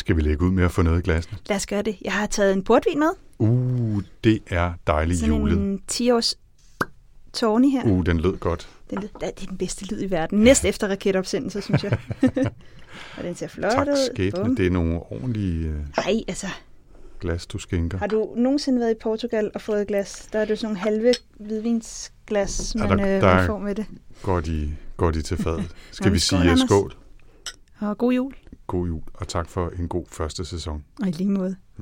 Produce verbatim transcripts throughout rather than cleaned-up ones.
Skal vi lægge ud med at få noget i glassen? Lad os gøre det. Jeg har taget en portvin med. Uh, det er dejligt julet. Sådan en ti-års Tawny her. Uh, den lød godt. Den lød, det er den bedste lyd i verden. Næst efter raketopsendelser, synes jeg. Og den ser flot tak, ud. Tak skæbne. Det er nogle ordentlige Nej, altså. glas, du skænker. Har du nogensinde været i Portugal og fået glas? Der er det sådan nogle halve hvidvinsglas, man, ja, der, øh, der man får med det. Går de, går de til fadet. Skal Jamen, vi skål, sige Anders. skål? Og god jul. God jul, og tak for en god første sæson. Og i lige måde. Mm.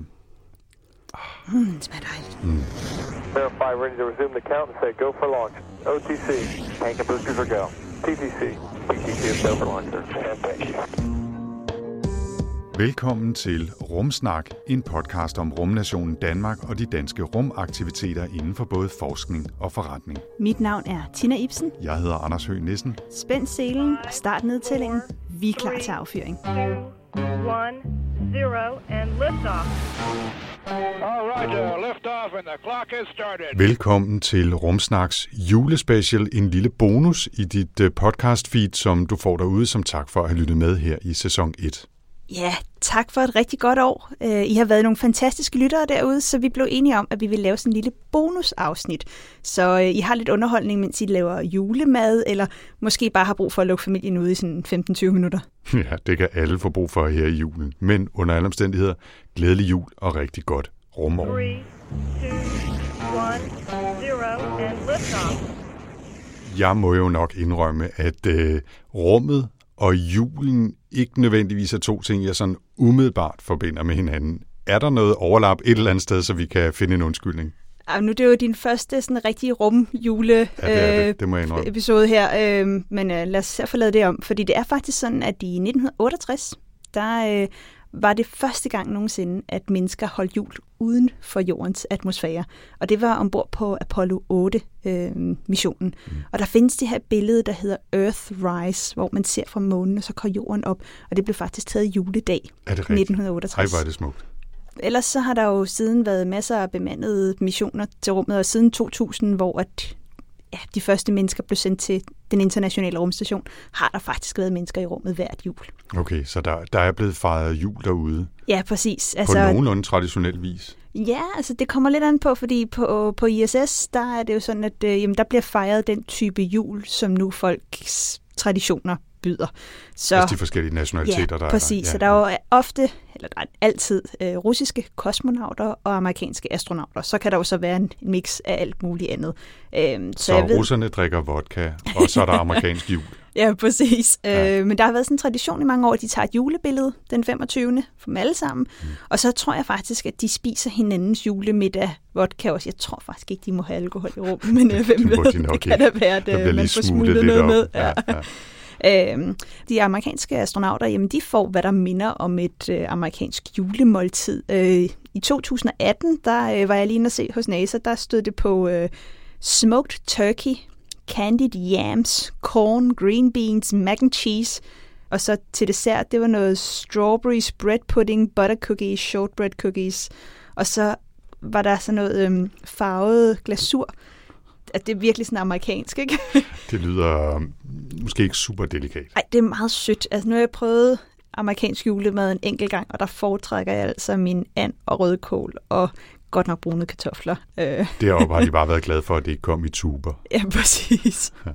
Mm, det smager dejligt. Mm. Verify, ready to resume the count and say go for launch. O T C, tank and boosters are go. T T C, T T C is go for launch, sir. And thank you. Velkommen til Rumsnak, en podcast om rumnationen Danmark og de danske rumaktiviteter inden for både forskning og forretning. Mit navn er Tina Ibsen. Jeg hedder Anders Høgh Nissen. Spænd selen og start nedtællingen. Vi er klar til affyring. two, one, zero, and liftoff. All right, uh, lift off and the clock has started. Velkommen til Rumsnaks julespecial, en lille bonus i dit uh, podcast feed, som du får derude som tak for at have lyttet med her i sæson et. Ja, tak for et rigtig godt år. I har været nogle fantastiske lyttere derude, så vi blev enige om, at vi vil lave sådan en lille bonusafsnit. Så I har lidt underholdning, mens I laver julemad, eller måske bare har brug for at lukke familien ude i sådan femten til tyve minutter. Ja, det kan alle få brug for her i julen. Men under alle omstændigheder, glædelig jul og rigtig godt rumår. three, two, one, zero, and liftoff. Jeg må jo nok indrømme, at øh, rummet og julen ikke nødvendigvis er to ting, jeg sådan umiddelbart forbinder med hinanden. Er der noget overlap et eller andet sted, så vi kan finde en undskyldning? Ja, nu det er jo din første sådan rigtige rumjule ja, det, det må jeg øh, episode her, øh, men øh, lad os få lavet det om, fordi det er faktisk sådan, at i nitten otteogtres, der øh, var det første gang nogensinde, at mennesker holdt jul uden for jordens atmosfære. Og det var ombord på Apollo otte-missionen. Øh, mm. Og der findes det her billede, der hedder Earthrise, hvor man ser fra månen, og så går jorden op. Og det blev faktisk taget juledag i nitten otteogtres. Ej, var det smukt. Ellers så har der jo siden været masser af bemandede missioner til rummet, og siden to tusind, hvor at, ja, de første mennesker blev sendt til den internationale rumstation, har der faktisk været mennesker i rummet hvert jul. Okay, så der, der er blevet fejret jul derude? Ja, præcis. Altså, på nogenlunde traditionel vis? Ja, altså det kommer lidt an på, fordi på, på I S S, der er det jo sådan, at øh, jamen, der bliver fejret den type jul, som nu folks traditioner byder. Så, altså de forskellige nationaliteter, ja, der præcis. er der. Ja, så der er jo ofte, eller der er altid, øh, russiske kosmonauter og amerikanske astronauter. Så kan der jo så være en mix af alt muligt andet. Øhm, så så jeg ved... russerne drikker vodka, og så er der amerikansk jul. Ja, præcis. Ja. Øh, men der har været sådan en tradition i mange år, at de tager et julebillede den femogtyvende for dem alle sammen. Mm. Og så tror jeg faktisk, at de spiser hinandens julemiddag vodka også. Jeg tror faktisk ikke, de må have alkohol i rummet, men hvem ved, de det kan da være, at der man får smuglet noget op. med. Ja, ja. Øhm, de amerikanske astronauter, jamen, de får, hvad der minder om et øh, amerikansk julemåltid. Øh, I to tusind og atten, der øh, var jeg lige inde at se hos NASA, der stod det på øh, smoked turkey, candied yams, corn, green beans, mac and cheese, og så til dessert, det var noget strawberries, bread pudding, butter cookies, shortbread cookies, og så var der sådan noget øhm, farvet glasur. At det er virkelig sådan amerikansk, ikke? Det lyder um, måske ikke super delikat. Nej, det er meget sødt. Altså nu har jeg prøvet amerikansk julemad en enkelt gang, og der foretrækker jeg altså min and og rødkål og godt nok brune kartofler. Deroppe har de bare været glade for, at det ikke kom i tuber. Ja, præcis. Ja.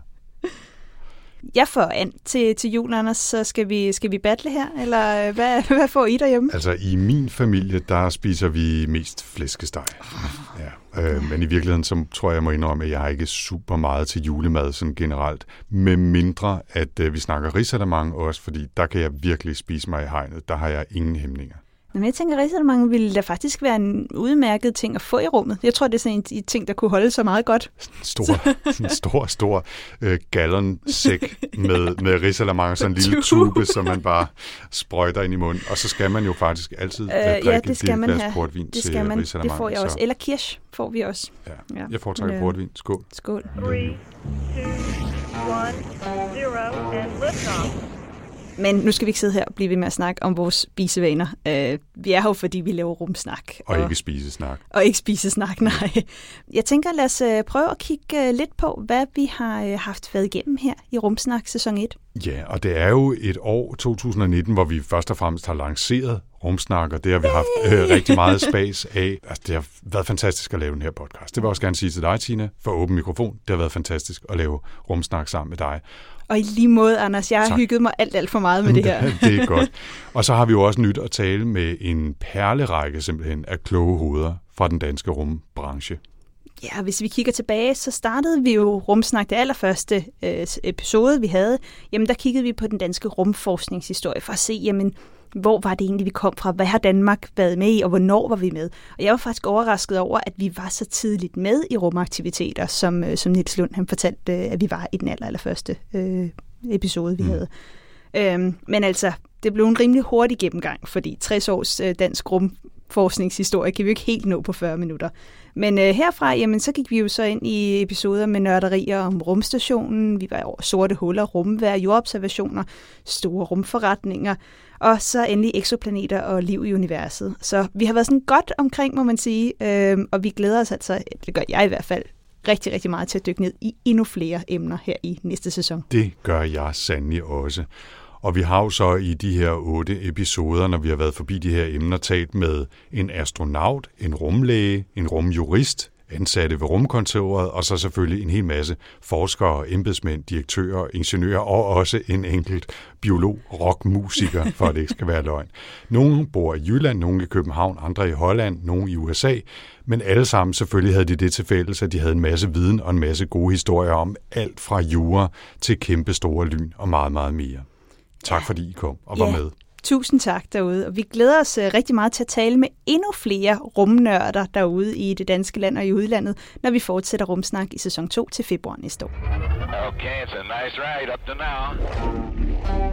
Jeg får and til, til jul, Anders, så skal vi, skal vi battle her, eller hvad, hvad får I derhjemme? Altså i min familie, der spiser vi mest flæskesteg. Ja. Øh, men i virkeligheden, så tror jeg, jeg må indrømme, at jeg har ikke super meget til julemad sådan generelt. Med mindre, at øh, vi snakker risalamande også, fordi der kan jeg virkelig spise mig i hegnet. Der har jeg ingen hæmninger. Men jeg tænker, at risalamande ville da faktisk være en udmærket ting at få i rummet. Jeg tror, det er sådan en ting, der kunne holde så meget godt. En stor, en stor, stor øh, gallonsæk med, med risalamande, sådan en lille tube, som man bare sprøjter ind i munden. Og så skal man jo faktisk altid øh, drikke ja, det skal et man glas have. portvin det til man. risalamande. Det får jeg også. Eller kirsch får vi også. Ja, ja. Jeg foretrækker portvin. Skål. Skål. three, two, one, zero, and liftoff. Men nu skal vi ikke sidde her og blive ved med at snakke om vores spisevaner. Uh, vi er her, fordi vi laver rumsnak. Og, og ikke spisesnak. Og ikke spisesnak, nej. Jeg tænker, lad os uh, prøve at kigge uh, lidt på, hvad vi har uh, haft været igennem her i Rumsnak sæson et. Ja, og det er jo et år, to tusind og nitten, hvor vi først og fremmest har lanceret rumsnak, og det har vi haft øh, rigtig meget spas af. Altså, det har været fantastisk at lave den her podcast. Det vil jeg også gerne sige til dig, Tina, for åben mikrofon. Det har været fantastisk at lave rumsnak sammen med dig. Og i lige måde, Anders, jeg har tak. hygget mig alt, alt for meget med det her. Det er godt. Og så har vi jo også nyt at tale med en perlerække simpelthen af kloge hoveder fra den danske rumbranche. Ja, hvis vi kigger tilbage, så startede vi jo Rumsnak, det allerførste øh, episode, vi havde. Jamen, der kiggede vi på den danske rumforskningshistorie for at se, jamen, hvor var det egentlig, vi kom fra? Hvad har Danmark været med i, og hvornår var vi med? Og jeg var faktisk overrasket over, at vi var så tidligt med i rumaktiviteter, som, øh, som Niels Lund han fortalte, øh, at vi var i den aller, allerførste øh, episode, vi mm. havde. Øhm, men altså, det blev en rimelig hurtig gennemgang, fordi tres års øh, dansk rumforskningshistorie kan vi jo ikke helt nå på fyrre minutter. Men øh, herfra, jamen, så gik vi jo så ind i episoder med nørderier om rumstationen, vi var over sorte huller, rumvejr, jordobservationer, store rumforretninger, og så endelig eksoplaneter og liv i universet. Så vi har været sådan godt omkring, må man sige, øh, og vi glæder os altså, det gør jeg i hvert fald, rigtig, rigtig meget til at dykke ned i endnu flere emner her i næste sæson. Det gør jeg sandelig også. Og vi har jo så i de her otte episoder, når vi har været forbi de her emner, talt med en astronaut, en rumlæge, en rumjurist, ansatte ved rumkontoret, og så selvfølgelig en hel masse forskere, embedsmænd, direktører, ingeniører og også en enkelt biolog, rockmusiker, for at det ikke skal være løgn. Nogle bor i Jylland, nogle i København, andre i Holland, nogle i U S A, men alle sammen selvfølgelig havde de det til fælles, at de havde en masse viden og en masse gode historier om alt fra jura til kæmpe store lyn og meget, meget mere. Tak ja. fordi I kom og var ja. med. Tusind tak derude, og vi glæder os uh, rigtig meget til at tale med endnu flere rumnørder derude i det danske land og i udlandet, når vi fortsætter Rumsnak i sæson to til februar næste år. Okay, it's a nice ride up to now.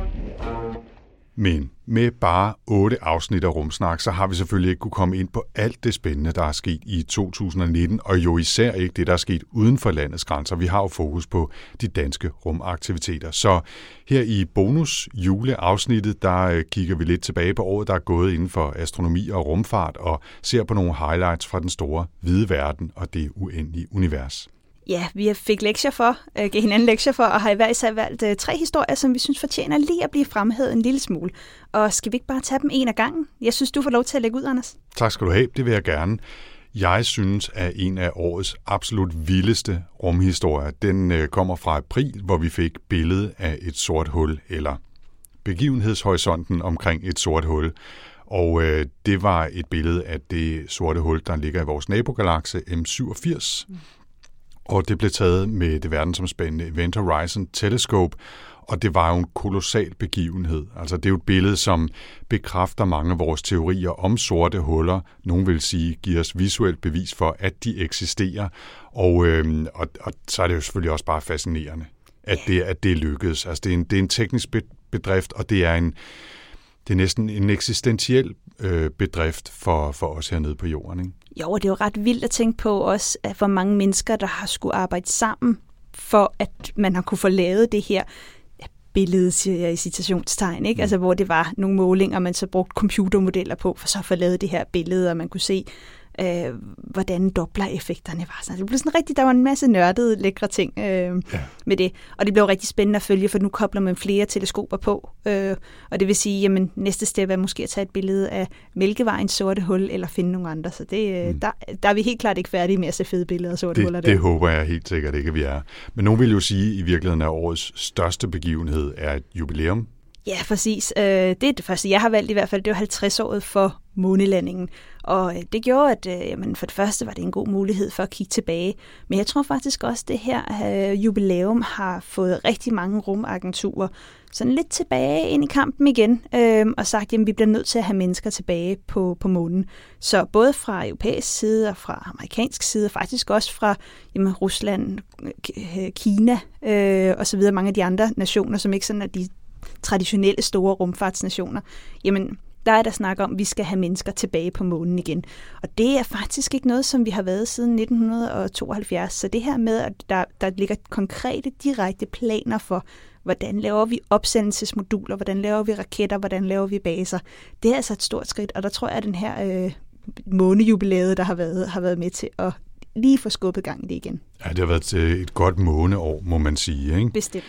Men med bare otte afsnit af Rumsnak, så har vi selvfølgelig ikke kunne komme ind på alt det spændende, der er sket i to tusind nitten, og jo især ikke det, der er sket uden for landets grænser. Vi har jo fokus på de danske rumaktiviteter. Så her i bonus juleafsnittet, der kigger vi lidt tilbage på året, der er gået inden for astronomi og rumfart, og ser på nogle highlights fra den store hvide verden og det uendelige univers. Ja, vi fik lektier for, øh, gav hinanden lektier for, og har i hver især valgt øh, tre historier, som vi synes fortjener lige at blive fremhævet en lille smule. Og skal vi ikke bare tage dem en af gangen? Jeg synes, du får lov til at lægge ud, Anders. Tak skal du have, det vil jeg gerne. Jeg synes, at en af årets absolut vildeste rumhistorier, den øh, kommer fra april, hvor vi fik billedet af et sort hul, eller begivenhedshorisonten omkring et sort hul. Og øh, det var et billede af det sorte hul, der ligger i vores nabogalakse M syvogfirs. Mm. Og det blev taget med det verdensomspændende Event Horizon Telescope, og det var jo en kolossal begivenhed. Altså det er jo et billede, som bekræfter mange af vores teorier om sorte huller. Nogle vil sige, giver os visuelt bevis for, at de eksisterer. Og, øh, og, og så er det jo selvfølgelig også bare fascinerende, at det, at det lykkedes. Altså det er en, det er en teknisk bedrift, og det er en det er næsten en eksistentiel øh, bedrift for, for os hernede på jorden, ikke? Jo, og det er jo ret vildt at tænke på også, at hvor mange mennesker, der har skulle arbejde sammen, for at man har kunne få lavet det her billede, siger jeg i citationstegn, ikke? Mm. Altså, hvor det var nogle målinger, man så brugte computermodeller på, for så at få lavet det her billede, og man kunne se, øh, hvordan Doppler-effekterne var. Så det blev sådan rigtig, der var en masse nørdede, lækre ting øh, ja. med det. Og det blev rigtig spændende at følge, for nu kobler man flere teleskoper på. Øh, og det vil sige, jamen næste step er måske at tage et billede af Mælkevejens sorte hul, eller finde nogle andre. Så det, mm. der, der er vi helt klart ikke færdige med at se fede billeder af sorte det, huller. Det der. håber jeg helt sikkert ikke, at vi er. Men nogen vil jo sige, at i virkeligheden er årets største begivenhed er et jubilæum. Ja, præcis. Det er det første, jeg har valgt i hvert fald. Det var halvtreds-året for månelandingen. Og det gjorde, at jamen, for det første var det en god mulighed for at kigge tilbage. Men jeg tror faktisk også, at det her jubilæum har fået rigtig mange rumagenturer sådan lidt tilbage ind i kampen igen, øh, og sagt, at vi bliver nødt til at have mennesker tilbage på, på månen. Så både fra europæisk side og fra amerikansk side, og faktisk også fra jamen, Rusland, Kina øh, og så videre, mange af de andre nationer, som ikke sådan er de traditionelle store rumfartsnationer, jamen der er der snak om, at vi skal have mennesker tilbage på månen igen. Og det er faktisk ikke noget, som vi har været siden nitten tooghalvfjerds. Så det her med, at der, der ligger konkrete, direkte planer for, hvordan laver vi opsendelsesmoduler, hvordan laver vi raketter, hvordan laver vi baser, det er altså et stort skridt. Og der tror jeg, at den her øh, månejubilæet, der har været, har været med til at lige få skubbet gang i det igen. Ja, det har været et godt måneår, må man sige, ikke? Bestemt.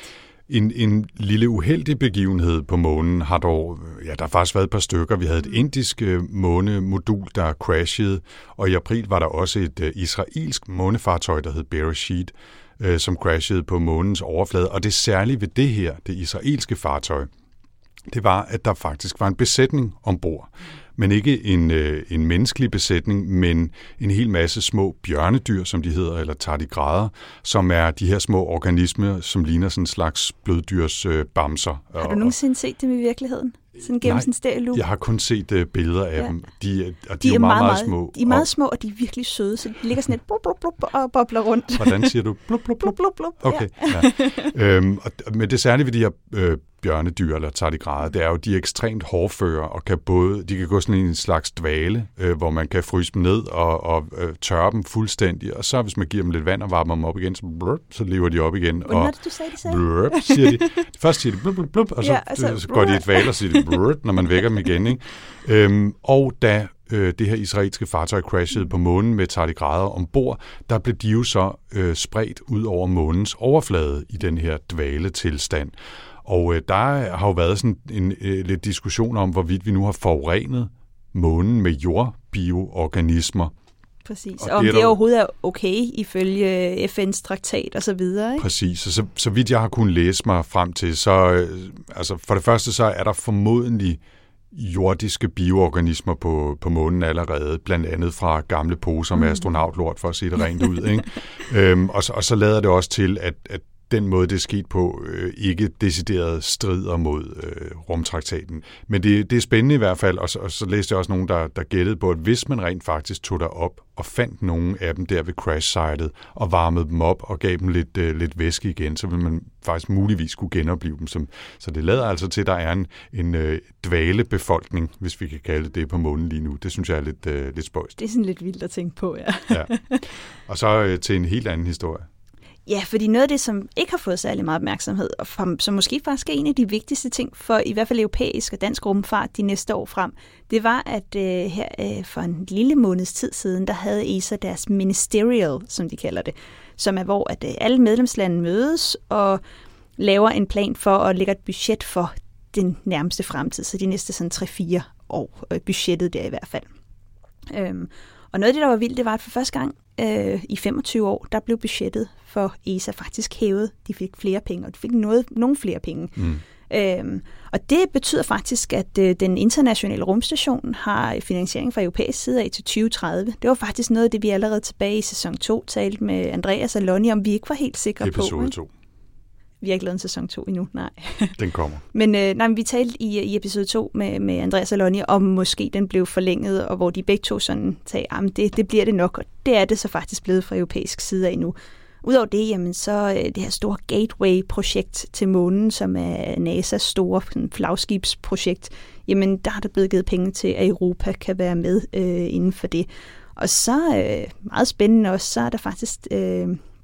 En, en lille uheldig begivenhed på månen har dog, ja, der har faktisk været et par stykker. Vi havde et indisk månemodul, der crashede, og i april var der også et uh, israelsk månefartøj, der hed Beresheet, uh, som crashede på månens overflade. Og det særlige ved det her, det israelske fartøj, det var, at der faktisk var en besætning ombord. Men ikke en, øh, en menneskelig besætning, men en hel masse små bjørnedyr, som de hedder, eller tardigrader, som er de her små organismer, som ligner sådan en slags bløddyrs øh, bamser. Har du nogensinde set dem i virkeligheden? Sådan gennem Nej, sådan en stereolup? Jeg har kun set øh, billeder af ja. dem. De, og de, de er, er jo meget, meget, meget små. De er meget små, og de er virkelig søde, så de ligger sådan et blub, blub, blub, og bobler rundt. Hvordan siger du? Blub, blub, blub. blub, blub, Okay, ja. ja. øhm, og, men det særlige ved de her øh, bjørnedyr eller tardigrader, det er jo, de er ekstremt hårdføre og kan både, de kan gå sådan i en slags dvale, øh, hvor man kan fryse dem ned og, og øh, tørre dem fuldstændig, og så hvis man giver dem lidt vand og varmer dem op igen, så, blub, så lever de op igen. Hvordan var det, du sagde, de sagde? Blub, siger de. Først siger de blub, blub, blub, og så, ja, altså, så går de i dvale og siger de blub, når man vækker dem igen. Ikke? Øhm, og da øh, det her israelske fartøj crashede på månen med tardigrader ombord, der blev de jo så øh, spredt ud over månens overflade i den her dvaletilstand. Og øh, der har jo været sådan en øh, lidt diskussion om, hvorvidt vi nu har forurenet månen med jordbioorganismer. Præcis, og om det, det overhovedet er okay ifølge F N's traktat og så videre, ikke? Præcis, og så, så vidt jeg har kunnet læse mig frem til, så øh, altså for det første så er der formodentlig jordiske bioorganismer på, på månen allerede, blandt andet fra gamle poser med astronautlort, for at sige det rent ud. Ikke? øhm, og, og så lader det også til, at, at den måde, det er sket på, øh, ikke decideret strider mod øh, rumtraktaten. Men det, det er spændende i hvert fald, og så, og så læste jeg også nogen, der, der gættede på, at hvis man rent faktisk tog derop og fandt nogle af dem der ved crash-sitet og varmede dem op og gav dem lidt, øh, lidt væske igen, så ville man faktisk muligvis kunne genopleve dem. Som, så det lader altså til, at der er en, en øh, dvalebefolkning, hvis vi kan kalde det på månen lige nu. Det synes jeg er lidt, øh, lidt spøjst. Det er sådan lidt vildt at tænke på, ja. ja. Og så øh, til en helt anden historie. Ja, fordi noget af det, som ikke har fået særlig meget opmærksomhed, og som måske faktisk er en af de vigtigste ting for i hvert fald europæisk og dansk rumfart de næste år frem, det var, at øh, her øh, for en lille måneds tid siden, der havde E S A deres ministerial, som de kalder det, som er, hvor at, øh, alle medlemslande mødes og laver en plan for at lægge et budget for den nærmeste fremtid, så de næste sådan tre fire år, øh, budgettet der i hvert fald. Øhm, og noget af det, der var vildt, det var, at for første gang øh, i femogtyve år, der blev budgettet for E S A faktisk hævet. De fik flere penge, og de fik noget, nogle flere penge. Mm. Øhm, og det betyder faktisk, at øh, den internationale rumstation har finansiering fra europæisk side af til tyve tredive. Det var faktisk noget af det, vi allerede tilbage i sæson to talte med Andreas og Lonnie, om vi ikke var helt sikre Episode på. Episode to. Vi har ikke lavet en sæson to endnu, nej. Den kommer. Men, øh, nej, men vi talte i, i episode to med, med Andreas og Lonnie, om måske den blev forlænget, og hvor de begge to sådan sagde, at det, det bliver det nok, og det er det så faktisk blevet fra europæisk side af nu. Udover det, jamen, så øh, det her store Gateway-projekt til månen, som er NASA's store sådan, flagskibsprojekt, jamen der har der blevet givet penge til, at Europa kan være med øh, inden for det. Og så øh, meget spændende også, så er der faktisk øh,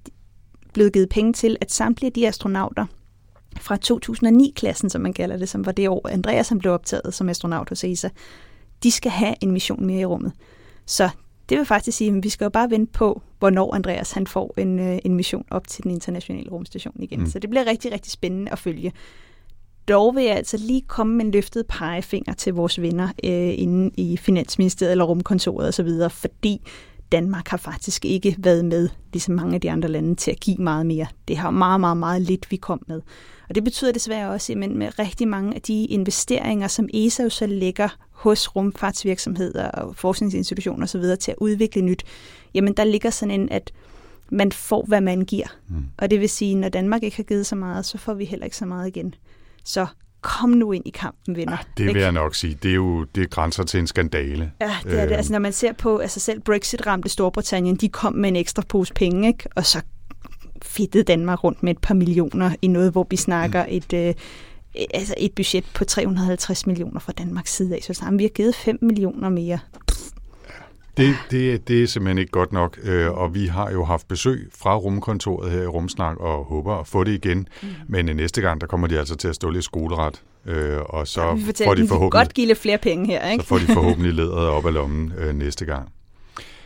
blevet givet penge til, at samtlige de astronauter fra to tusind og ni-klassen, som man kalder det, som var det år, Andreas han blev optaget som astronaut hos E S A, de skal have en mission mere i rummet. Så det vil faktisk sige, at vi skal jo bare vente på, hvornår Andreas han får en, en mission op til den internationale rumstation igen. Mm. Så det bliver rigtig, rigtig spændende at følge. Dog vil jeg altså lige komme med en løftet pegefinger til vores venner øh, inde i Finansministeriet eller rumkontoret osv., fordi Danmark har faktisk ikke været med, ligesom mange af de andre lande, til at give meget mere. Det har meget, meget, meget lidt, vi kom med. Og det betyder desværre også, at med rigtig mange af de investeringer, som E S A jo så lægger hos rumfartsvirksomheder og forskningsinstitutioner osv. til at udvikle nyt, jamen der ligger sådan en, at man får, hvad man giver. Mm. Og det vil sige, når Danmark ikke har givet så meget, så får vi heller ikke så meget igen. Så kom nu ind i kampen, venner. Ja, det vil jeg nok sige. Det er jo det er grænser til en skandale. Ja, det er det. Altså, når man ser på, altså selv Brexit-ramte Storbritannien, de kom med en ekstra pose penge, ikke? Og så fedtede Danmark rundt med et par millioner i noget, hvor vi snakker mm. et, øh, altså et budget på tre hundrede og halvtreds millioner fra Danmarks side af. Så sammen, vi har givet fem millioner mere. Det, det, det er simpelthen ikke godt nok, øh, og vi har jo haft besøg fra rumkontoret her i Rumsnak og håber at få det igen, mm. men øh, næste gang, der kommer de altså til at stå lidt skoleret, øh, og så ja, vi får de forhåbentlig godt give lidt flere penge her, ikke? Så får de forhåbentlig lederet op af lommen øh, næste gang.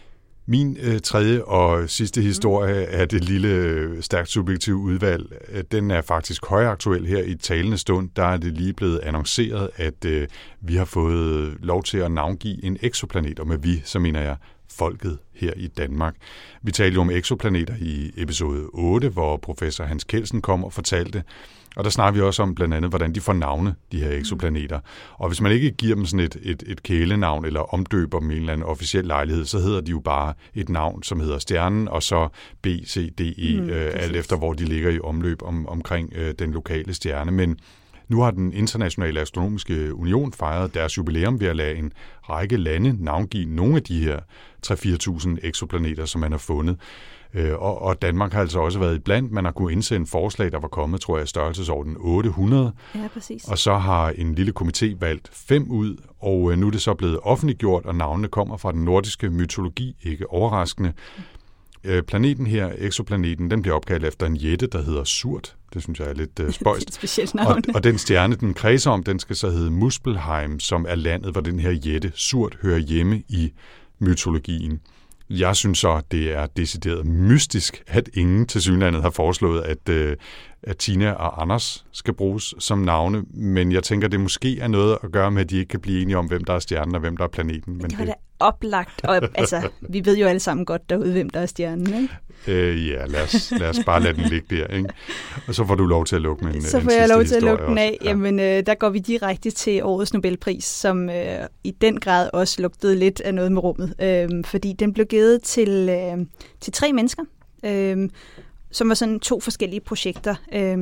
Min øh, tredje og sidste historie af det lille, stærkt subjektive udvalg, øh, den er faktisk højaktuel her i talende stund. Der er det lige blevet annonceret, at øh, vi har fået lov til at navngive en eksoplanet, og med vi, så mener jeg folket her i Danmark. Vi talte jo om eksoplaneter i episode otte, hvor professor Hans Kelsen kom og fortalte, og der snakker vi også om blandt andet, hvordan de får navne, de her eksoplaneter. Og hvis man ikke giver dem sådan et, et, et kælenavn eller omdøber dem i en eller anden officiel lejlighed, så hedder de jo bare et navn, som hedder stjernen, og så B, C, D, E, mm, øh, alt efter hvor de ligger i omløb om, omkring øh, den lokale stjerne. Men nu har den internationale astronomiske union fejret deres jubilæum ved at lade en række lande navngive nogle af de her tre til fire tusind eksoplaneter, som man har fundet. Og, og Danmark har altså også været blandt. Man har kunnet indsende forslag, der var kommet, tror jeg, i størrelsesorden otte hundrede. Ja, præcis. Og så har en lille komité valgt fem ud, og nu er det så blevet offentliggjort, og navnene kommer fra den nordiske mytologi, ikke overraskende. Mm. Planeten her, exoplaneten, den bliver opkaldt efter en jætte, der hedder Surt. Det synes jeg er lidt uh, spøjst. Et specielt navn. Og, og den stjerne, den kredser om, den skal så hedde Muspelheim, som er landet, hvor den her jætte Surt hører hjemme i mytologien. Jeg synes så, det er decideret mystisk, at ingen til synlandet har foreslået, at, øh, at Tina og Anders skal bruges som navne, men jeg tænker, det måske er noget at gøre med, at de ikke kan blive enige om, hvem der er stjernen og hvem der er planeten. Men det var da oplagt, og altså, vi ved jo alle sammen godt derude, hvem der er stjernen, ikke? Øh, ja, lad os, lad os bare lade den ligge der, ikke? Og så får du lov til at lukke med en Så får en jeg lov til at lukke også. den af. Ja. Jamen, øh, der går vi direkte til årets Nobelpris, som øh, i den grad også lugtede lidt af noget med rummet. Øh, fordi den blev givet til, øh, til tre mennesker, øh, som var sådan to forskellige projekter. Øh,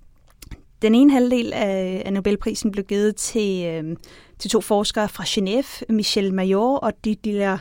den ene halvdel af, af Nobelprisen blev givet til, øh, til to forskere fra Genève, Michel Mayor og Didier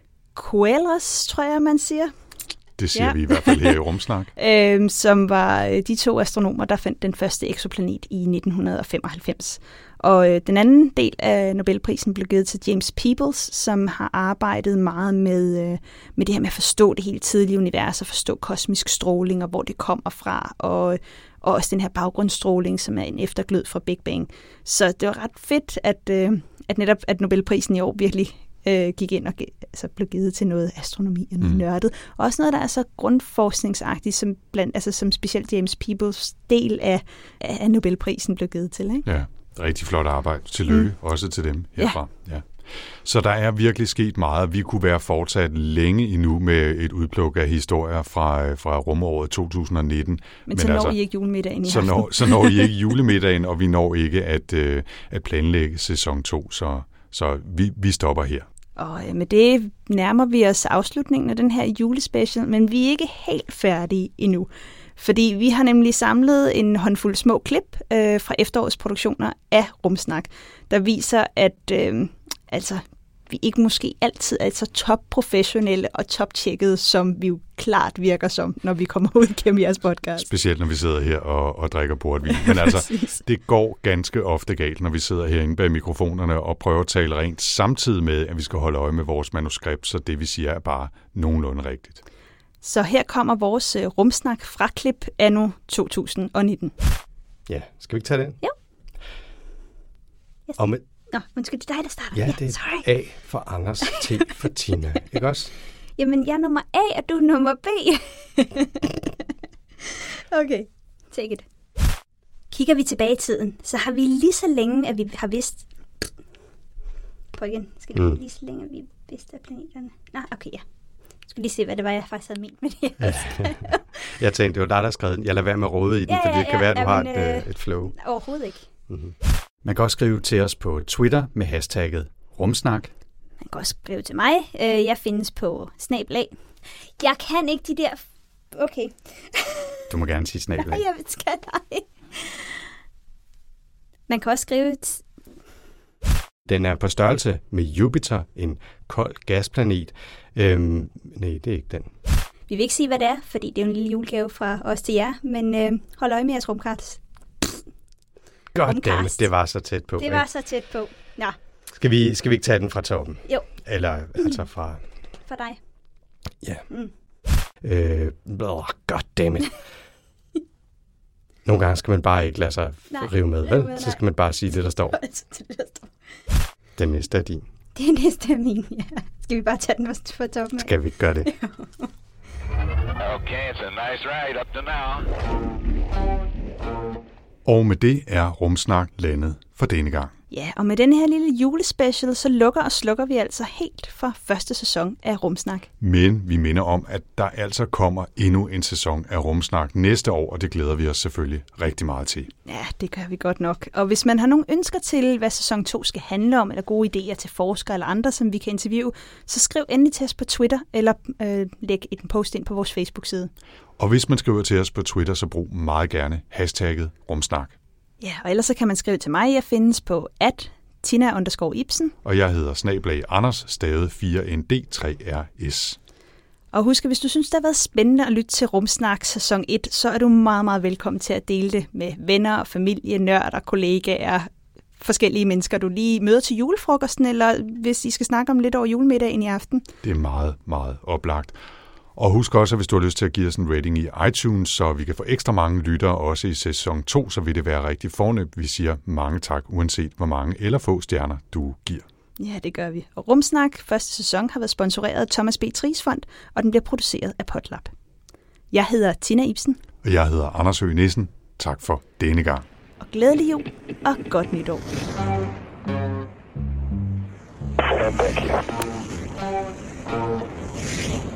Queloz, tror jeg, man siger. Det siger ja. vi i hvert fald her i Rumsnak. øhm, som var de to astronomer, der fandt den første eksoplanet i nitten femoghalvfems. Og øh, den anden del af Nobelprisen blev givet til James Peebles, som har arbejdet meget med, øh, med det her med at forstå det hele tidlige univers, og forstå kosmisk stråling, og hvor det kommer fra, og, og også den her baggrundsstråling, som er en efterglød fra Big Bang. Så det var ret fedt, at, øh, at netop at Nobelprisen i år virkelig øh, gik ind og altså blev givet til noget astronomi og noget mm. nørdet. Og også noget, der er så grundforskningsagtigt, som, blandt, altså, som specielt James Peebles del af, af Nobelprisen blev givet til. Ikke? Ja, rigtig flot arbejde. Tillykke mm. også til dem herfra. Ja. Ja. Så der er virkelig sket meget. Vi kunne være fortsat længe endnu med et udpluk af historier fra, fra rumåret to tusind nitten. Men, Men så når altså, I ikke julemiddagen i så når, så når I ikke julemiddagen, og vi når ikke at, øh, at planlægge sæson to. Så, så vi, vi stopper her. Og med det nærmer vi os afslutningen af den her julespecial, men vi er ikke helt færdige endnu. Fordi vi har nemlig samlet en håndfuld små klip øh, fra efterårets produktioner af Rumsnak, der viser, at øh, altså, vi ikke måske altid er så topprofessionelle og toptjekkede, som vi jo klart virker som, når vi kommer ud gennem jeres podcast. Specielt når vi sidder her og, og drikker portvin. Men altså, det går ganske ofte galt, når vi sidder herinde bag mikrofonerne og prøver at tale rent, samtidig med, at vi skal holde øje med vores manuskript, så det vi siger er bare nogenlunde rigtigt. Så her kommer vores uh, rumsnak fra klip anno to tusind nitten. Ja, skal vi ikke tage den? Jo. Yes. Og med... Nå, undskyld, det er dig, der starter. Ja, det er Sorry. A for Anders, T for Tina. Ikke også? Jamen, jeg er nummer A, og du er nummer B. Okay, take it. Kigger vi tilbage i tiden, så har vi lige så længe, at vi har vidst... Prøv igen. Skal det mm. lige så længe, at vi vidste af planeterne? Nå, okay, ja. Jeg skulle lige se, hvad det var, jeg faktisk havde ment med det. Ja. Jeg tænkte, det var dig, der skrev den. Jeg lader være med at råde i den, ja, ja, fordi det kan ja, være, at du ja, har men, et, øh, et flow. Overhovedet ikke. Mm-hmm. Man kan også skrive til os på Twitter med hashtagget Rumsnak. Man kan også skrive til mig. Jeg findes på snabel-a. Jeg kan ikke de der... Okay. Du må gerne sige snabel-a. Nej, jeg skal dig. Man kan også skrive... T- Den er på størrelse med Jupiter, en kold gasplanet. Øhm, nej, det er ikke den. Vi vil ikke sige, hvad det er, fordi det er jo en lille julegave fra os til jer, men øh, hold øje med jeres rumkart. Goddammit, det var så tæt på. Det var så tæt på. Nå. Skal vi, skal vi ikke tage den fra toppen? Jo. Eller altså fra... For dig. Ja. Mm. Øh, oh, goddammit. Nogle gange skal man bare ikke lade sig nej, rive med, vel? Med, så skal man bare sige det, der står. det, der står. Den næste er din. Det næste er min, ja. Skal vi bare tage den fra toppen af? Skal vi ikke gøre det? Okay, it's a nice ride up to now. Og med det er Rumsnak landet for denne gang. Ja, og med denne her lille julespecial, så lukker og slukker vi altså helt for første sæson af Rumsnak. Men vi minder om, at der altså kommer endnu en sæson af Rumsnak næste år, og det glæder vi os selvfølgelig rigtig meget til. Ja, det gør vi godt nok. Og hvis man har nogle ønsker til, hvad sæson to skal handle om, eller gode idéer til forskere eller andre, som vi kan interviewe, så skriv endelig til os på Twitter, eller øh, læg en post ind på vores Facebook-side. Og hvis man skriver til os på Twitter, så brug meget gerne hashtagget Rumsnak. Ja, og ellers så kan man skrive til mig. Jeg findes på at Tina underscore Ibsen. Og jeg hedder snablag Anders, stavet fire N D tre R S. Og husk, hvis du synes, det har været spændende at lytte til Rumsnak sæson et, så er du meget, meget velkommen til at dele det med venner, familie, nørder, kollegaer, forskellige mennesker, du lige møder til julefrokosten, eller hvis I skal snakke om lidt over julemiddagen i aften. Det er meget, meget oplagt. Og husk også, at hvis du har lyst til at give os en rating i iTunes, så vi kan få ekstra mange lyttere også i sæson to, så vil det være rigtig fornemt. Vi siger mange tak, uanset hvor mange eller få stjerner du giver. Ja, det gør vi. Og Rumsnak første sæson har været sponsoreret af Thomas B. Tries Fond, og den bliver produceret af Potlab. Jeg hedder Tina Ibsen. Og jeg hedder Anders Høgh Nissen. Tak for denne gang. Og glædelig jul og godt nytår. And thank you.